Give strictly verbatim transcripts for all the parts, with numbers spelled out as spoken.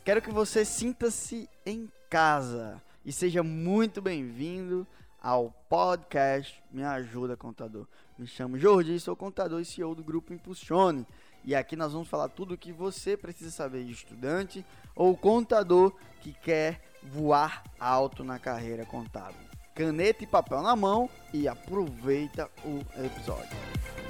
Quero que você sinta-se em casa e seja muito bem-vindo ao podcast Me Ajuda Contador. Me chamo Jordi, sou contador e C E O do Grupo Impulsione. E aqui nós vamos falar tudo o que você precisa saber de estudante ou contador que quer voar alto na carreira contábil. Caneta e papel na mão e aproveita o episódio.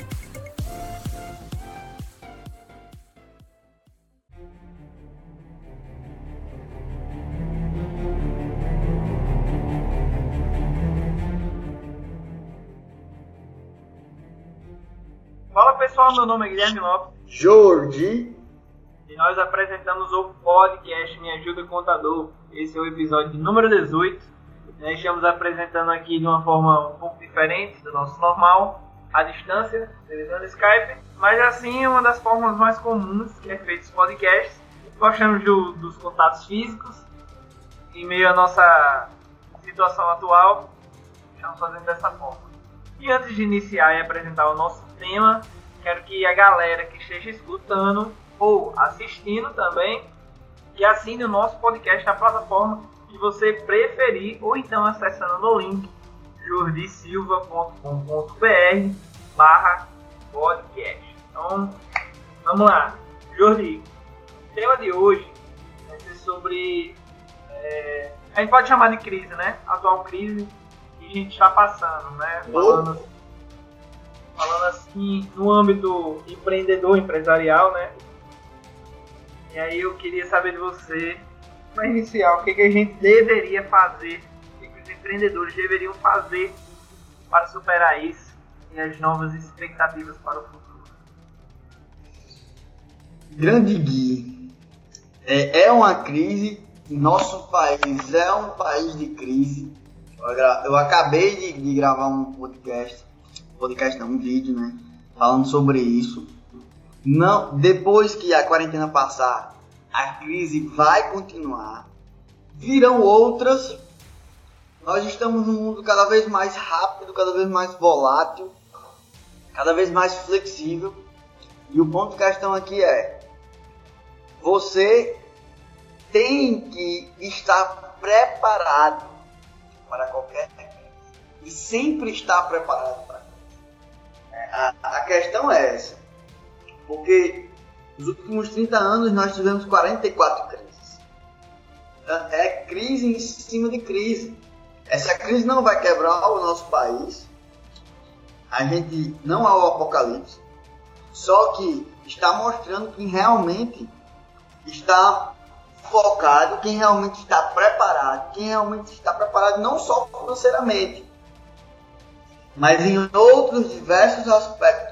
Fala pessoal, meu nome é Guilherme Lopes. Jordi. E nós apresentamos o podcast Me Ajuda Contador. Esse é o episódio número dezoito. Nós estamos apresentando aqui de uma forma um pouco diferente do nosso normal, à distância, utilizando Skype. Mas assim é uma das formas mais comuns que é feito os podcasts. Gostamos do, dos contatos físicos. Em meio à nossa situação atual, estamos fazendo dessa forma. E antes de iniciar e apresentar o nosso tema, quero que a galera que esteja escutando ou assistindo também, que assine o nosso podcast na plataforma que você preferir, ou então acessando no link jordisilva ponto com ponto br barra podcast. Então, vamos lá. Jordi, o tema de hoje vai ser sobre, é, a gente pode chamar de crise, né? Atual crise que a gente está passando, né? Falando, falando assim, no âmbito empreendedor, empresarial, né? E aí eu queria saber de você, para iniciar, o que, que a gente deveria fazer, o que, que os empreendedores deveriam fazer para superar isso e as novas expectativas para o futuro. Grande Gui, é, é uma crise, nosso país é um país de crise. Eu acabei de, de gravar um podcast, podcast não, um vídeo, né, falando sobre isso. Não, depois que a quarentena passar, a crise vai continuar. Virão outras. Nós estamos num mundo cada vez mais rápido, cada vez mais volátil, cada vez mais flexível. E o ponto de questão aqui é: você tem que estar preparado para qualquer crise. E sempre estar preparado para isso. A, a questão é essa. Porque nos últimos trinta anos nós tivemos quarenta e quatro crises. É crise em cima de crise. Essa crise não vai quebrar o nosso país. A gente não há o apocalipse. Só que está mostrando quem realmente está focado, quem realmente está preparado, quem realmente está preparado não só financeiramente, mas em outros diversos aspectos.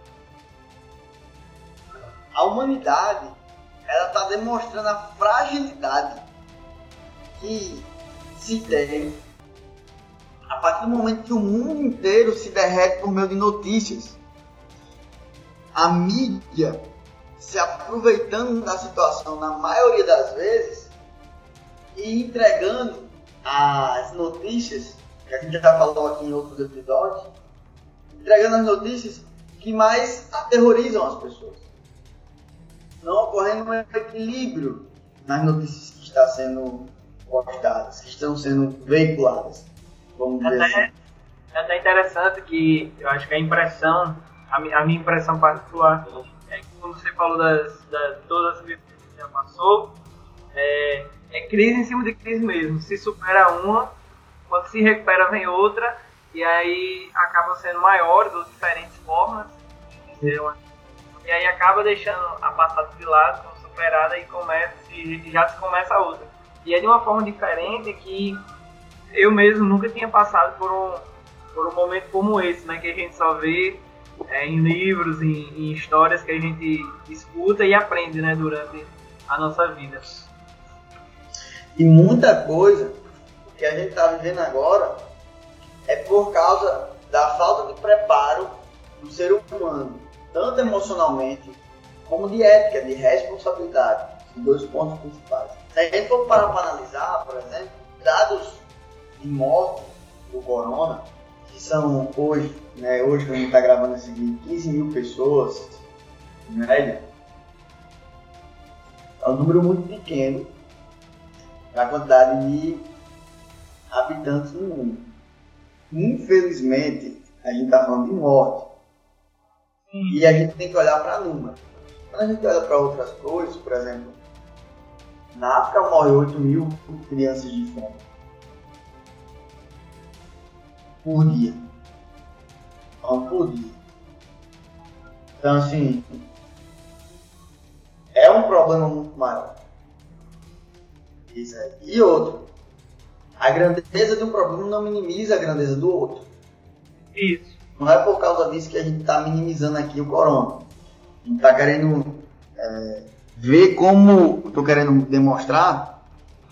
A humanidade, ela está demonstrando a fragilidade que se tem a partir do momento que o mundo inteiro se derrete por meio de notícias. A mídia se aproveitando da situação na maioria das vezes e entregando as notícias, que a gente já falou aqui em outros episódios, entregando as notícias que mais aterrorizam as pessoas. Não ocorrendo um equilíbrio nas notícias que estão sendo postadas, que estão sendo veiculadas. Vamos dizer até, assim. É até interessante que eu acho que a impressão, a minha, a minha impressão particular, é que quando você falou das, das todas as crises que já passou, é, é crise em cima de crise mesmo. Se supera uma, quando se recupera vem outra, e aí acabam sendo maiores ou diferentes formas de ser uma. E aí acaba deixando a passada de lado, como superada, e, começa, e já se começa a outra. E é de uma forma diferente que eu mesmo nunca tinha passado por um, por um momento como esse, né? Que a gente só vê é, em livros, em, em histórias que a gente escuta e aprende, né? Durante a nossa vida. E muita coisa que a gente está vivendo agora é por causa da falta de preparo do ser humano, tanto emocionalmente como de ética, de responsabilidade, os dois pontos principais. Se a gente for parar para analisar, por exemplo, dados de morte do corona, que são hoje, né, hoje que a gente está gravando esse vídeo, quinze mil pessoas, em média, É um número muito pequeno da quantidade de habitantes no mundo. Infelizmente, a gente está falando de morte. Sim. E a gente tem que olhar para número. Quando a gente olha para outras coisas, por exemplo, na África morrem oito mil crianças de fome por dia. Então, por dia. Então, assim, é um problema muito maior. Isso aí. E outro, a grandeza de um problema não minimiza a grandeza do outro. Isso. Não é por causa disso que a gente está minimizando aqui o corona. A gente está querendo é, ver como, estou querendo demonstrar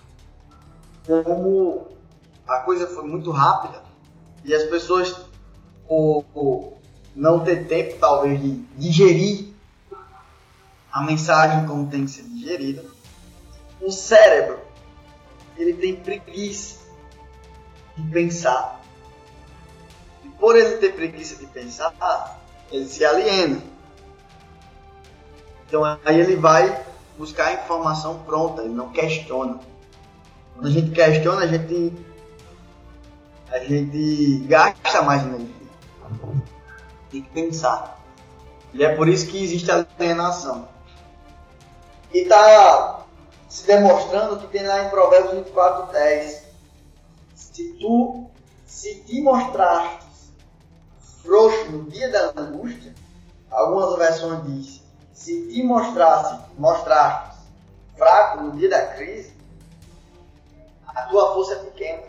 como a coisa foi muito rápida e as pessoas, por, por não ter tempo talvez de digerir a mensagem como tem que ser digerida, o cérebro ele tem preguiça de pensar. E por ele ter preguiça de pensar, ele se aliena. Então aí ele vai buscar a informação pronta, ele não questiona. Quando a gente questiona, a gente, a gente gasta mais energia. Tem que pensar. E é por isso que existe a alienação. E está se demonstrando que tem lá em Provérbios vinte e quatro, dez. Se tu se te mostraste frouxo no dia da angústia, algumas versões dizem, se te mostraste, mostraste fraco no dia da crise, a tua força é pequena.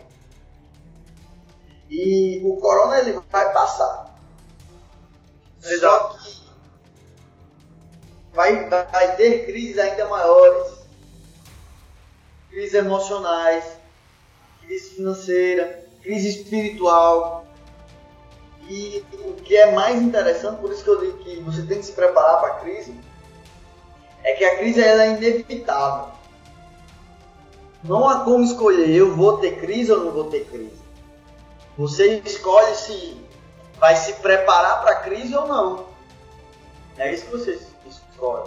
E o corona ele vai passar. Só que vai, vai ter crises ainda maiores. Crises emocionais, crise financeira, crise espiritual. E o que é mais interessante, por isso que eu digo que você tem que se preparar para a crise, é que a crise ela é inevitável. Não há como escolher, eu vou ter crise ou não vou ter crise. Você escolhe se vai se preparar para a crise ou não. É isso que você escolhe.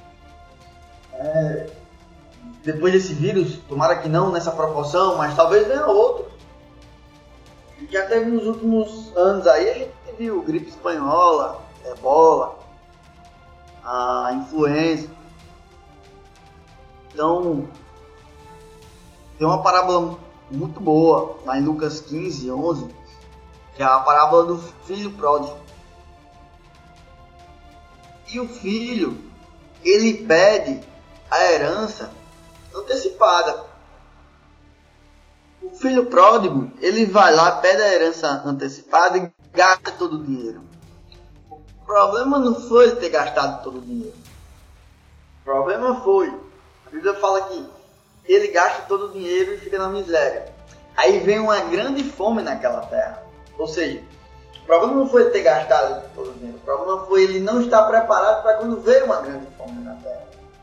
É, depois desse vírus, tomara que não nessa proporção, mas talvez venha outro. Já teve nos últimos anos aí, a gente viu gripe espanhola, ebola, a influenza. Então, tem uma parábola muito boa, lá em Lucas quinze, onze, que é a parábola do filho pródigo. E o filho, ele pede a herança antecipada. O filho pródigo, ele vai lá, pede a herança antecipada e gasta todo o dinheiro. O problema não foi ele ter gastado todo o dinheiro. O problema foi, a Bíblia fala que ele gasta todo o dinheiro e fica na miséria. Aí vem uma grande fome naquela terra. Ou seja, o problema não foi ele ter gastado todo o dinheiro. O problema foi ele não estar preparado para quando veio uma grande fome na terra.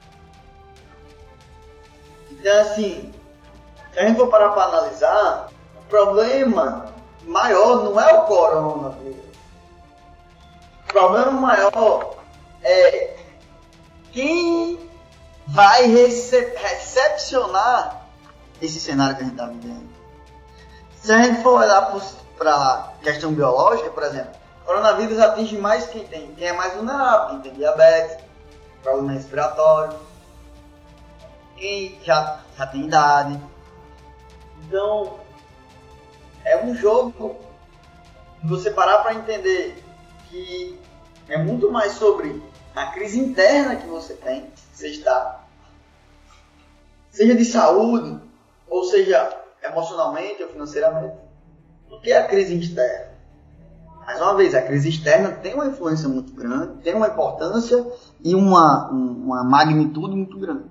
Então assim, se a gente for parar para analisar, o problema maior não é o coronavírus. O problema maior é quem vai recep- recepcionar esse cenário que a gente está vivendo. Se a gente for olhar para a questão biológica, por exemplo, o coronavírus atinge mais quem tem, quem é mais vulnerável, quem tem diabetes, problema respiratório, quem já, já tem idade. Então, é um jogo de você parar para entender que é muito mais sobre a crise interna que você tem, que você está, seja de saúde, ou seja emocionalmente ou financeiramente, do que a crise externa. Mais uma vez, a crise externa tem uma influência muito grande, tem uma importância e uma, uma magnitude muito grande.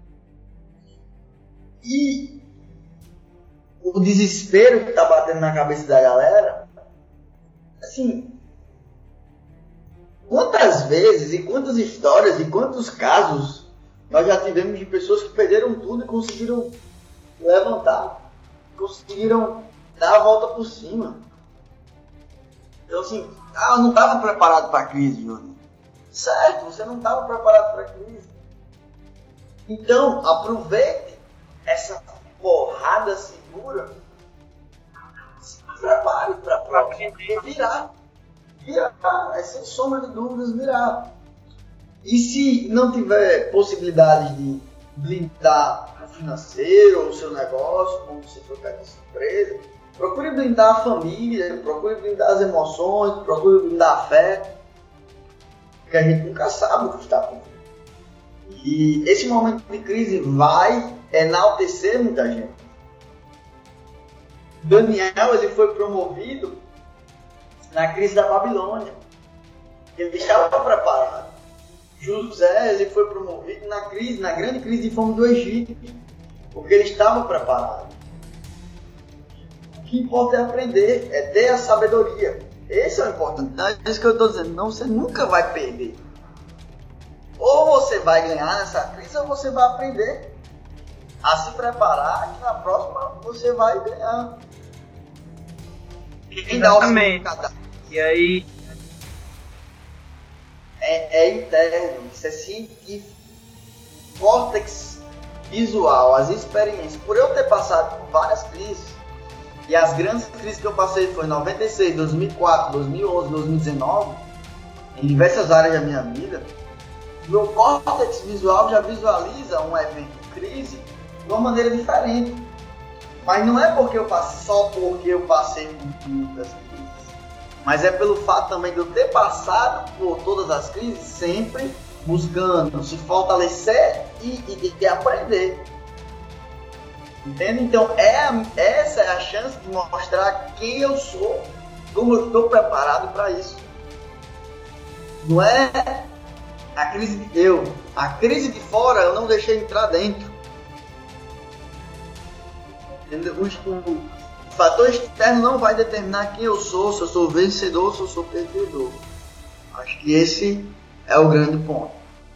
E o desespero que está batendo na cabeça da galera, assim, quantas vezes e quantas histórias e quantos casos nós já tivemos de pessoas que perderam tudo e conseguiram levantar, conseguiram dar a volta por cima. Então assim, ah, eu não estava preparado para a crise, Júnior. Certo, você não estava preparado para a crise. Então, aproveite essa porrada segura, se prepare para a próxima, porque virá, virá, é sem sombra de dúvidas, virá. E se não tiver possibilidade de blindar o financeiro ou o seu negócio, como você for pegar essa empresa, procure blindar a família, procure blindar as emoções, procure blindar a fé, porque a gente nunca sabe o que está por vir. E esse momento de crise vai enaltecer muita gente. Daniel, ele foi promovido na crise da Babilônia. Ele estava preparado. José, ele foi promovido na crise, na grande crise de fome do Egito, porque ele estava preparado. O que importa é aprender, é ter a sabedoria. Esse é o importante. É isso que eu estou dizendo. Não, você nunca vai perder. Ou você vai ganhar nessa crise, ou você vai aprender a se preparar, que na próxima você vai ganhar. Quem dá o significado? E aí... É, é interno, isso é científico. Córtex visual, as experiências. Por eu ter passado por várias crises, e as grandes crises que eu passei foi em noventa e seis, dois mil e quatro, dois mil e onze, dois mil e dezenove, em diversas áreas da minha vida, meu córtex visual já visualiza um evento de crise de uma maneira diferente. Mas não é porque eu passei, só porque eu passei por muitas crises, mas é pelo fato também de eu ter passado por todas as crises, sempre buscando se fortalecer e, e, e aprender. Entende? Então é a, essa é a chance de mostrar quem eu sou, como eu estou preparado para isso. Não é a crise de eu, a crise de fora eu não deixei entrar dentro. Entendeu? O, o, o fator externo não vai determinar quem eu sou, se eu sou vencedor ou se eu sou perdedor. Acho que esse é o grande ponto.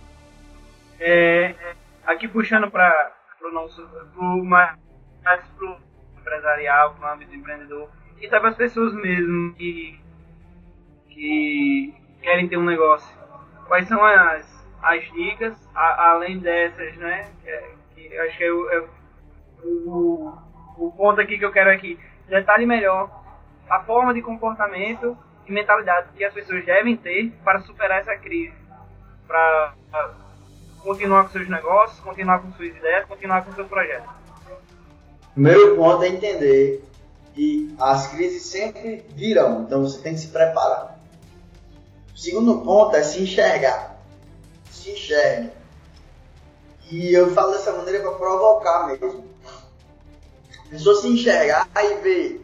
É, aqui puxando para o nosso pro, mais, mais pro empresarial, para o âmbito empreendedor, e para as pessoas mesmo que, que querem ter um negócio. Quais são as, as dicas, a, além dessas, né? É, que eu acho que é, o, é o, o ponto aqui que eu quero aqui. Detalhe melhor a forma de comportamento e mentalidade que as pessoas devem ter para superar essa crise. Para continuar com seus negócios, continuar com suas ideias, continuar com seu projeto. O primeiro ponto é entender que as crises sempre virão, então você tem que se preparar. O segundo ponto é se enxergar. Se enxergue. E eu falo dessa maneira para provocar mesmo. A pessoa se enxergar e ver,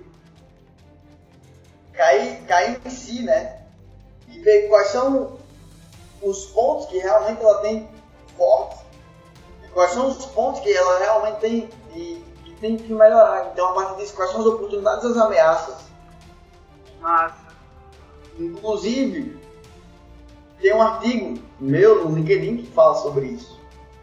cair, cair em si, né? E ver quais são os pontos que realmente ela tem fortes. E quais são os pontos que ela realmente tem e, e tem que melhorar. Então, a partir disso, quais são as oportunidades e as ameaças. Massa. Inclusive, tem um artigo meu no LinkedIn que fala sobre isso.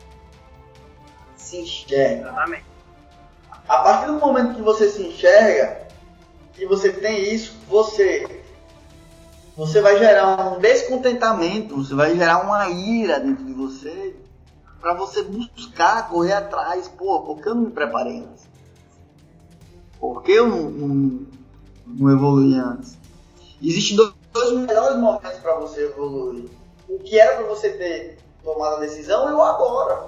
Se enxerga. Exatamente. A partir do momento que você se enxerga, que você tem isso, você, você vai gerar um descontentamento, você vai gerar uma ira dentro de você, para você buscar, correr atrás. Pô, por que eu não me preparei antes? Por que eu não, não, não evoluí antes? Existem dois, dois melhores momentos para você evoluir. O que era para você ter tomado a decisão e o agora.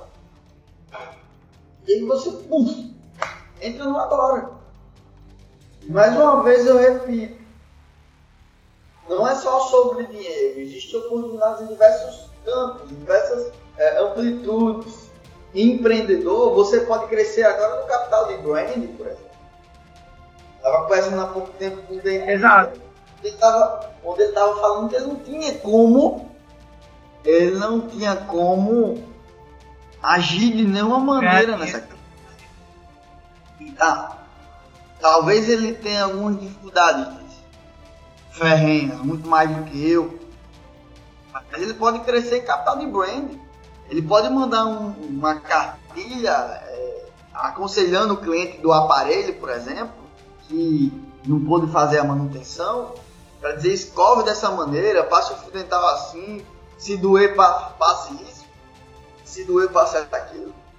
E aí você, puf, entra no agora. Mais uma vez eu repito, não é só sobre dinheiro, existem oportunidades em diversos campos, em diversas é, amplitudes. Empreendedor, você pode crescer agora no capital de branding, por exemplo. Estava conversando há pouco tempo com o Daniel. Exato. Ele tava, onde ele estava falando que ele não tinha como, ele não tinha como agir de nenhuma maneira é, nessa crise. E tá. Talvez ele tenha algumas dificuldades ferrenhas, muito mais do que eu. Mas ele pode crescer em capital de brand. Ele pode mandar um, uma cartilha é, aconselhando o cliente do aparelho, por exemplo, que não pôde fazer a manutenção, para dizer, escove dessa maneira, passe o fio dental assim, se doer, passe isso, se doer, passe aquilo.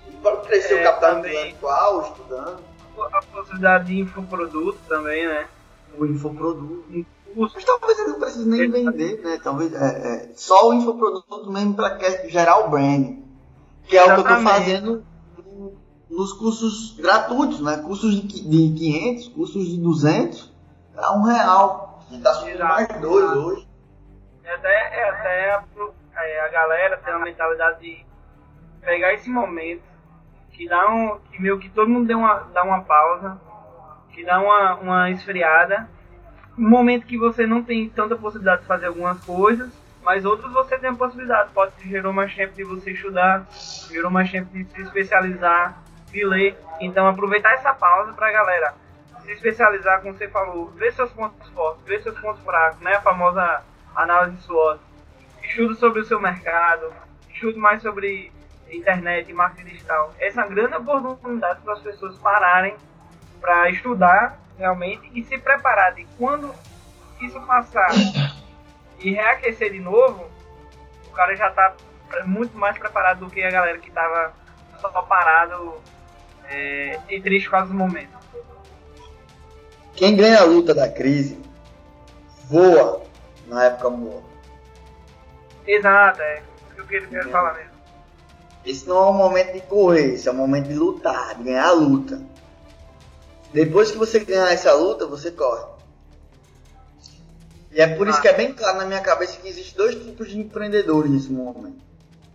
Ele pode crescer É, o capital também. intelectual, estudando, A possibilidade de infoproduto também, né? o infoproduto. Um curso. Mas talvez ele não precise nem vender, né? Talvez é, é, só o infoproduto mesmo para gerar o brand. Que é o que eu estou Exatamente. fazendo nos cursos gratuitos, né? Cursos de, qui- de quinhentos, cursos de duzentos, a um real. E está subindo Exato, mais dois exato. hoje. É até, é até a, pro- é, a galera tem uma mentalidade de pegar esse momento, que dá um. Que meio que todo mundo dê uma, dá uma pausa, que dá uma, uma esfriada. Um momento que você não tem tanta possibilidade de fazer algumas coisas, mas outros você tem a possibilidade. Pode ser gerou mais tempo de você estudar, gerou mais tempo de se especializar, de ler. Então aproveitar essa pausa pra galera se especializar, como você falou, ver seus pontos fortes, ver seus pontos fracos, né? A famosa análise SWOT. Estude sobre o seu mercado, estude mais sobre internet, marketing digital. Essa é uma grande oportunidade para as pessoas pararem para estudar realmente e se preparar de quando isso passar e reaquecer de novo, o cara já está muito mais preparado do que a galera que estava só parado é, e triste com os momentos. Quem ganha a luta da crise voa na época boa. Exato, é o que eu queria falar mesmo. Esse não é um momento de correr, esse é um momento de lutar, de ganhar a luta. Depois que você ganhar essa luta, você corre. E é por isso que é bem claro na minha cabeça que existem dois tipos de empreendedores nesse momento.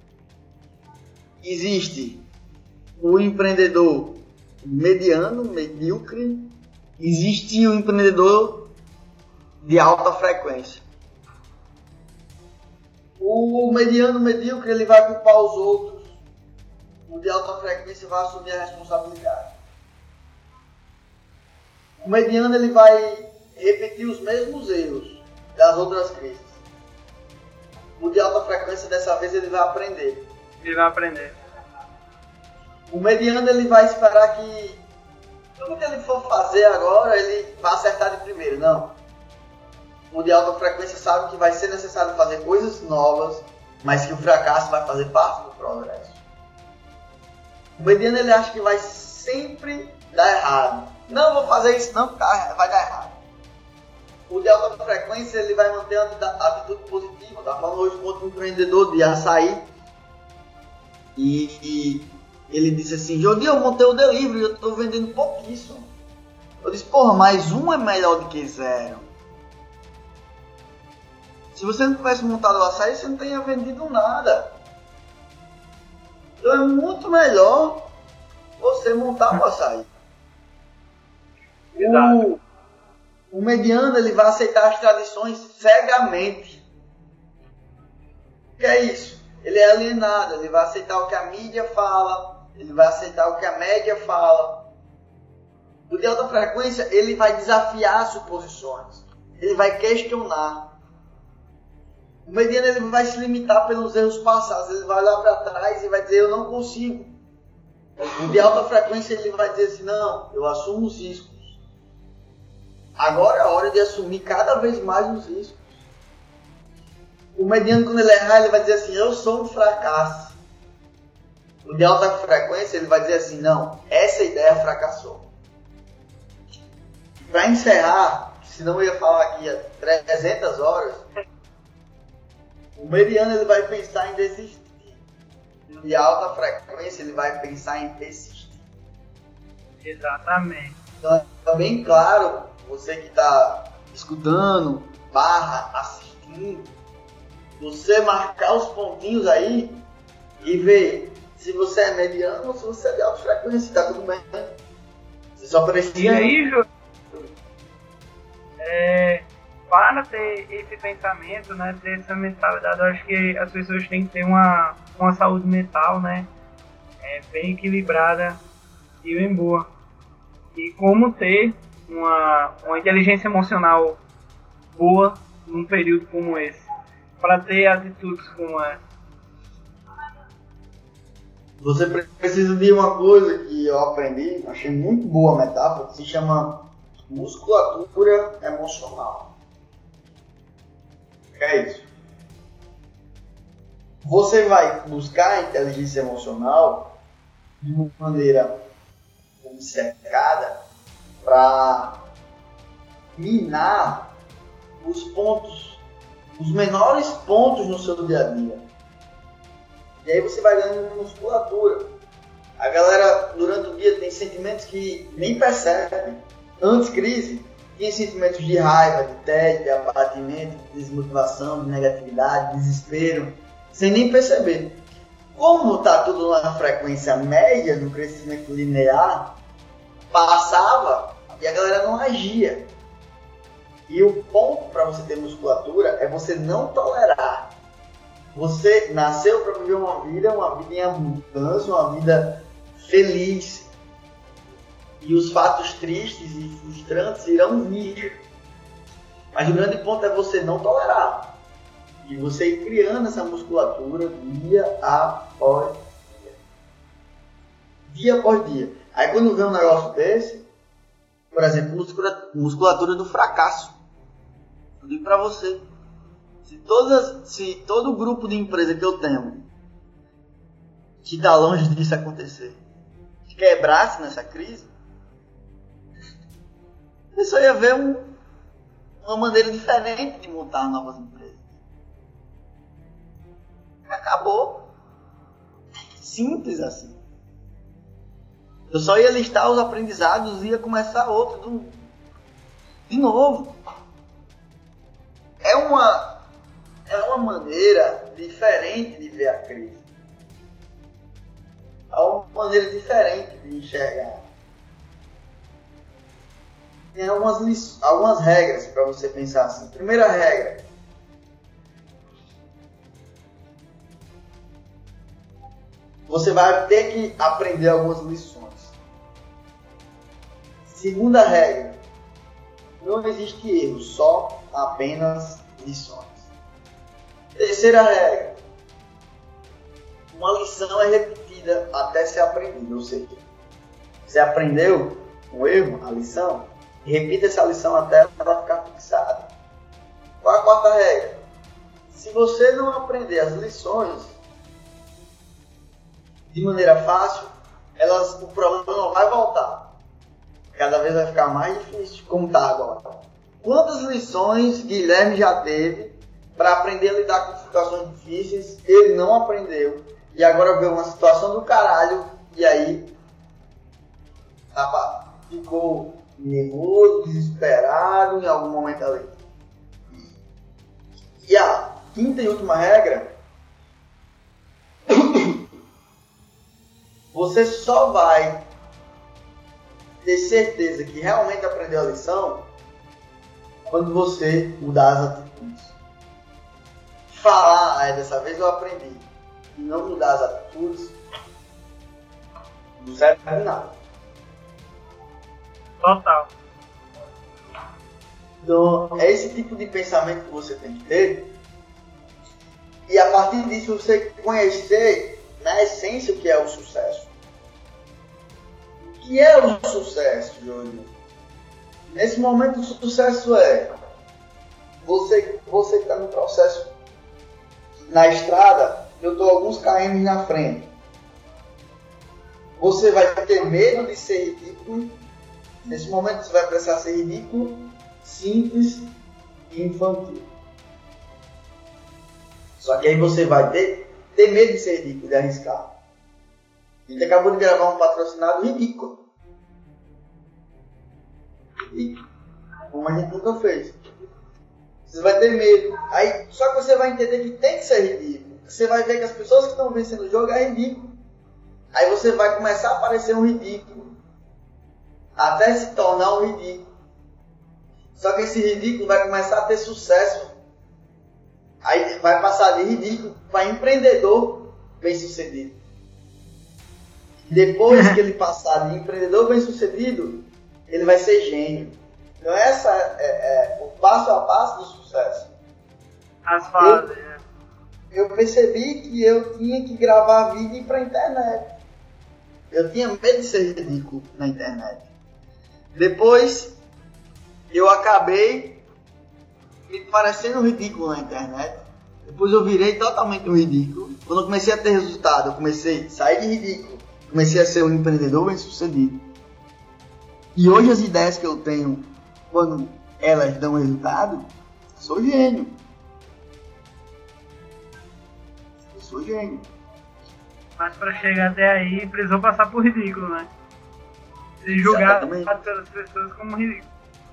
Existe o empreendedor mediano, medíocre. Existe o empreendedor de alta frequência. O mediano, medíocre, ele vai culpar os outros. O de alta frequência vai assumir a responsabilidade. O mediano, ele vai repetir os mesmos erros das outras crises. O de alta frequência, dessa vez, ele vai aprender. Ele vai aprender. O mediano, ele vai esperar que tudo que ele for fazer agora, ele vai acertar de primeiro. Não. O de alta frequência sabe que vai ser necessário fazer coisas novas, mas que o fracasso vai fazer parte do progresso. O mediano, ele acha que vai sempre dar errado. Não vou fazer isso não, porque vai dar errado. O de alta frequência, ele vai manter a atitude positiva. Tá falando hoje com outro empreendedor de açaí. E, e ele disse assim: Jordi, eu montei o delivery, eu estou vendendo pouquíssimo. Eu disse: porra, mas um é melhor do que zero. Se você não tivesse montado o açaí, você não teria vendido nada. Então é muito melhor você montar o açaí. O, o mediano, ele vai aceitar as tradições cegamente. O que é isso? Ele é alienado, ele vai aceitar o que a mídia fala, ele vai aceitar o que a média fala. O de alta frequência, ele vai desafiar suposições, ele vai questionar. O mediano, ele vai se limitar pelos erros passados, ele vai olhar para trás e vai dizer: eu não consigo. O de alta frequência, ele vai dizer assim: não, eu assumo os riscos. Agora é a hora de assumir cada vez mais os riscos. O mediano, quando ele errar, ele vai dizer assim: eu sou um fracasso. O de alta frequência, ele vai dizer assim: não, essa ideia fracassou. Para encerrar, senão eu ia falar aqui há trezentas horas, o mediano, ele vai pensar em desistir. O de alta frequência, ele vai pensar em persistir. Exatamente. Então é bem claro, você que está escutando, barra, assistindo, você marcar os pontinhos aí e ver se você é mediano ou se você é de alta frequência, tá tudo bem. Você só precisa... E aí, Jô, é, para ter esse pensamento, né, ter essa mentalidade, eu acho que as pessoas têm que ter uma, uma saúde mental, né, é, bem equilibrada e bem boa. E como ter uma, uma inteligência emocional boa num período como esse, para ter atitudes como essa. Você precisa de uma coisa que eu aprendi, achei muito boa a metáfora, que se chama musculatura emocional. O que é isso? Você vai buscar a inteligência emocional de uma maneira obcecada para minar os pontos, os menores pontos no seu dia a dia. E aí você vai ganhando musculatura. A galera durante o dia tem sentimentos que nem percebe. Antes crise, tinha sentimentos de raiva, de tédio, de abatimento, de desmotivação, de negatividade, de desespero, sem nem perceber. Como está tudo na frequência média, no crescimento linear, passava e a galera não agia. E o ponto para você ter musculatura é você não tolerar. Você nasceu para viver uma vida, uma vida em abundância, uma vida feliz. E os fatos tristes e frustrantes irão vir. Mas o grande ponto é você não tolerar. E você ir criando essa musculatura dia após dia. Dia após dia. Aí quando vê um negócio desse, por exemplo, musculatura do fracasso. Eu digo pra você, se, todas, se todo grupo de empresa que eu tenho, que está longe disso acontecer, quebrasse nessa crise, eu só ia ver um, uma maneira diferente de montar novas empresas. Acabou. Simples assim. Eu só ia listar os aprendizados e ia começar outro do, de novo. É uma, é uma maneira diferente de ver a crise. É uma maneira diferente de enxergar. Tem algumas, algumas regras para você pensar assim. Primeira regra. Você vai ter que aprender algumas lições. Segunda regra. Não existe erro, só apenas lições. Terceira regra. Uma lição é repetida até ser aprendida. Ou seja, você aprendeu o erro, a lição, repita essa lição até ela ficar fixada. Qual a quarta regra? Se você não aprender as lições de maneira fácil, elas, o problema não vai voltar. Cada vez vai ficar mais difícil, como está agora. Quantas lições Guilherme já teve para aprender a lidar com situações difíceis? Ele não aprendeu. E agora veio uma situação do caralho. E aí, rapaz, ficou nervoso, desesperado em algum momento ali. E a quinta e última regra. Você só vai ter certeza que realmente aprendeu a lição quando você mudar as atitudes. Falar, ah, dessa vez eu aprendi, e não mudar as atitudes, não serve para nada. Total. Então, é esse tipo de pensamento que você tem que ter, e a partir disso você conhecer na essência o que é o sucesso. O que é o sucesso, Júlio? Nesse momento o sucesso é você, você que está no processo na estrada, eu estou alguns km na frente. Você vai ter medo de ser ridículo. Nesse momento você vai precisar ser ridículo, simples e infantil. Só que aí você vai ter, ter medo de ser ridículo, de arriscar. A gente acabou de gravar um patrocinado ridículo. Ridículo. Como a gente nunca fez. Você vai ter medo. Aí, só que você vai entender que tem que ser ridículo. Você vai ver que as pessoas que estão vencendo o jogo é ridículo. Aí você vai começar a parecer um ridículo. Até se tornar um ridículo. Só que esse ridículo vai começar a ter sucesso. Aí vai passar de ridículo para empreendedor bem-sucedido. Depois que ele passar de empreendedor bem-sucedido, ele vai ser gênio. Então essa é, é o passo a passo do sucesso. As fases. Eu, eu percebi que eu tinha que gravar vídeo para a internet. Eu tinha medo de ser ridículo na internet. Depois eu acabei me parecendo ridículo na internet. Depois eu virei totalmente um ridículo. Quando eu comecei a ter resultado, eu comecei a sair de ridículo comecei a ser um empreendedor bem sucedido. E hoje as ideias que eu tenho, quando elas dão resultado, sou gênio. Eu sou gênio. Mas para chegar até aí, precisou passar por ridículo, né? Ser julgado pelas pessoas como ridículo.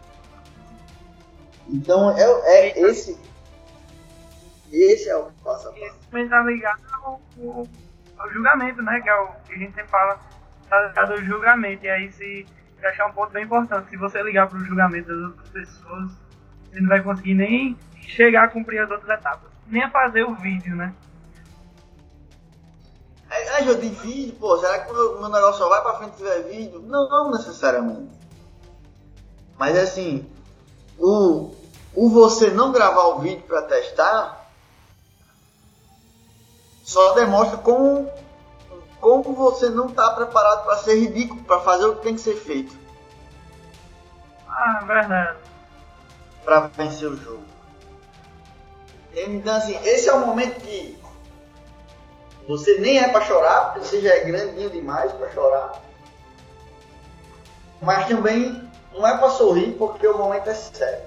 Então, é, é esse... Esse é o passo a passo. Isso também tá ligado ao, ao, ao julgamento, né? Que é o que a gente sempre fala, tá ligado ao julgamento. E aí, se eu achar um ponto bem importante, se você ligar pro julgamento das outras pessoas, você não vai conseguir nem chegar a cumprir as outras etapas. Nem a fazer o vídeo, né? Ah, eu tenho vídeo, pô, será que o meu, meu negócio só vai pra frente se tiver vídeo? Não, não necessariamente. Mas assim, o, o você não gravar o vídeo pra testar só demonstra como, como você não tá preparado pra ser ridículo, pra fazer o que tem que ser feito. Ah, verdade. Pra vencer o jogo. Então assim, esse é o momento que você nem é pra chorar, porque você já é grandinho demais pra chorar. Mas também não é pra sorrir, porque o momento é sério.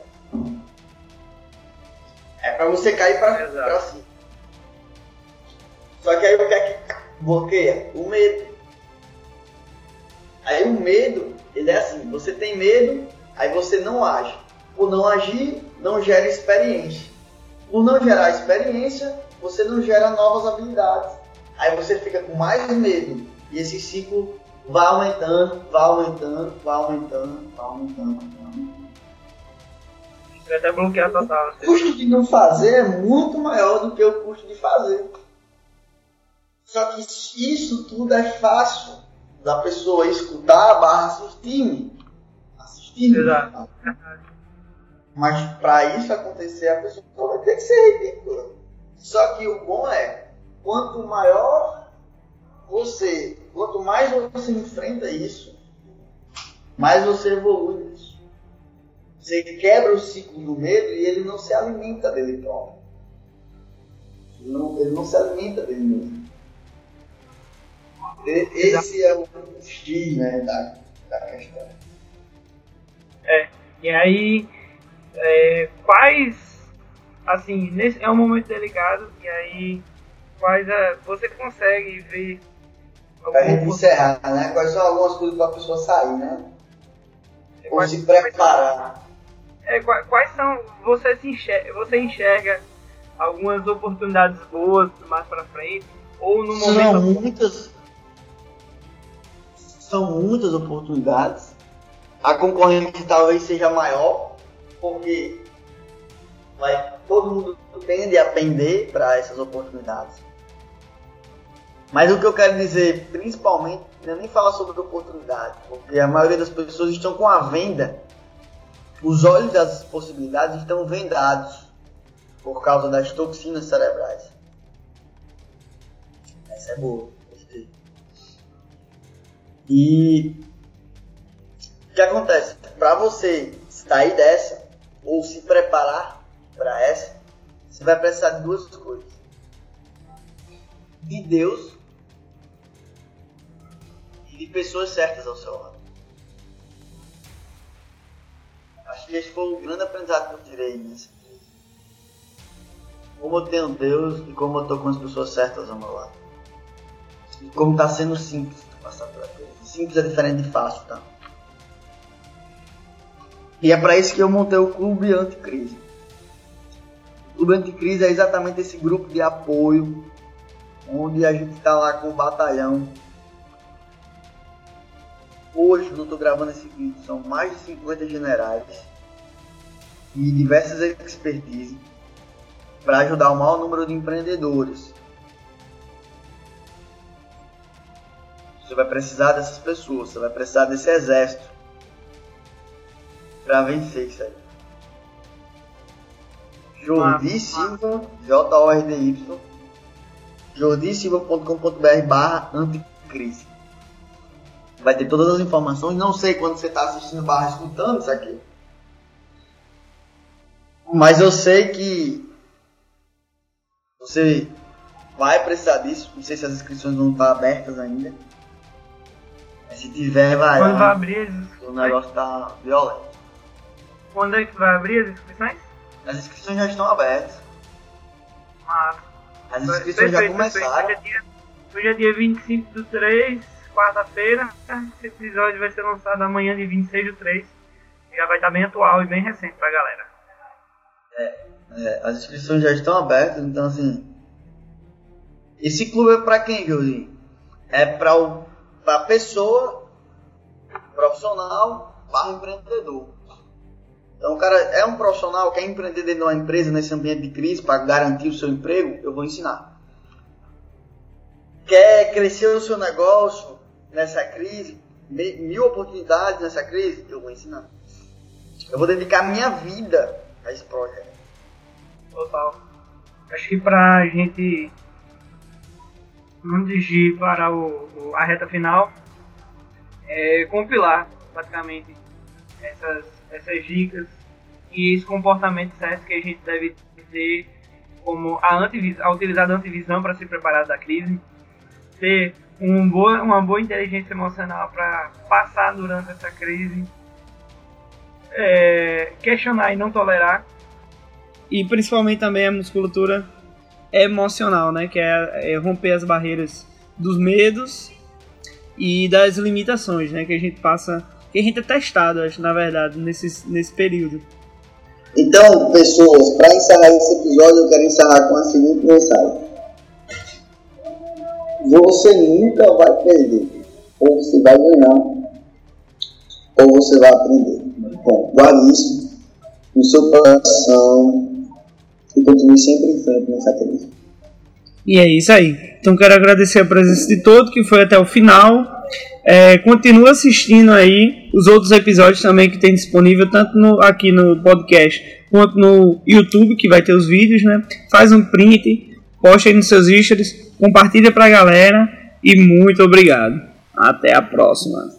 É pra você cair pra, pra cima. Só que aí o que é que bloqueia? O medo. Aí o medo, ele é assim, você tem medo, aí você não age. Por não agir, não gera experiência. Por não gerar experiência, você não gera novas habilidades. Aí você fica com mais medo. E esse ciclo vai aumentando, vai aumentando, vai aumentando, vai aumentando. Vai aumentando. Você vai até bloquear total. O custo de não fazer é muito maior do que o custo de fazer. Só que isso tudo é fácil da pessoa escutar barra assistir-me. Assistir-me. Exato. Mas para isso acontecer, a pessoa vai ter que ser ridícula. Só que o bom é, quanto maior você, quanto mais você enfrenta isso, mais você evolui nisso. Você quebra o ciclo do medo e ele não se alimenta dele próprio. Ele não, ele não se alimenta dele mesmo. Esse é o X, né, da, da questão. É, e aí, é, quais, assim, nesse, é um momento delicado, e aí, quais a, você consegue ver... Pra gente encerrar, né, quais são algumas coisas para a pessoa sair, né? É, Ou quais, se preparar. É, quais, quais são, você, se enxerga, você enxerga algumas oportunidades boas mais pra frente, ou no São momento... muitas... São muitas oportunidades. A concorrência talvez seja maior, porque vai, todo mundo tende a pender para essas oportunidades. Mas o que eu quero dizer, principalmente, não é nem falar sobre oportunidade, porque a maioria das pessoas estão com a venda, os olhos das possibilidades estão vendados por causa das toxinas cerebrais. Essa é boa. E o que acontece? Para você sair dessa ou se preparar para essa, você vai precisar de duas coisas: de Deus e de pessoas certas ao seu lado. Acho que esse foi o grande aprendizado que eu tirei nessa crise. Como eu tenho Deus e como eu estou com as pessoas certas ao meu lado. E como está sendo simples passar pela coisa. Simples é diferente de fácil, tá? E é para isso que eu montei o Clube Anticrise. O Clube Anticrise é exatamente esse grupo de apoio, onde a gente está lá com o batalhão. Hoje, eu não estou gravando esse vídeo, são mais de cinquenta generais e diversas expertises para ajudar o maior número de empreendedores. Você vai precisar dessas pessoas, você vai precisar desse exército para vencer isso aí. Jordi Silva, J O R D Y, jordi silva ponto com ponto b r barra anticrise. Vai ter todas as informações, não sei quando você está assistindo barra escutando isso aqui. Mas eu sei que você vai precisar disso, não sei se as inscrições vão estar abertas ainda. Se tiver, vai. Quando lá. vai abrir as O negócio tá violento. Quando é que vai abrir as inscrições? As inscrições já estão abertas. Mas, As inscrições já começaram. Hoje é, dia, hoje é dia vinte e cinco do três, quarta-feira. Esse episódio vai ser lançado amanhã, de vinte e seis do três. Já vai estar bem atual e bem recente pra galera. É, é, as inscrições já estão abertas, então assim. Esse clube é pra quem, Jorginho? É pra, o, pra pessoa profissional barra empreendedor. Então o cara é um profissional, quer empreender dentro de uma empresa nesse ambiente de crise para garantir o seu emprego, eu vou ensinar. Quer crescer o seu negócio nessa crise, mil oportunidades nessa crise, eu vou ensinar. Eu vou dedicar minha vida a esse projeto. Total. Acho que pra gente, antes de ir para o, o, a reta final, é compilar basicamente essas, essas dicas e esse comportamento certo que a gente deve ter, como a, antivis, a utilizar a antivisão para se preparar da crise, ter um boa, uma boa inteligência emocional para passar durante essa crise, é, questionar e não tolerar, e principalmente também a musculatura emocional, né, que é, é romper as barreiras dos medos e das limitações, né, que a gente passa, que a gente é testado, acho, na verdade, nesse, nesse período. Então, pessoas, para encerrar esse episódio, eu quero encerrar com a seguinte mensagem. Você nunca vai perder. Ou você vai ganhar, ou você vai aprender. Bom, guarde isso no seu coração e continue sempre em frente nessa crise. E é isso aí. Então quero agradecer a presença de todos que foi até o final. É, continua assistindo aí os outros episódios também que tem disponível, tanto no, aqui no podcast quanto no YouTube, que vai ter os vídeos, né? Faz um print, posta aí nos seus stories, compartilha pra galera e muito obrigado. Até a próxima.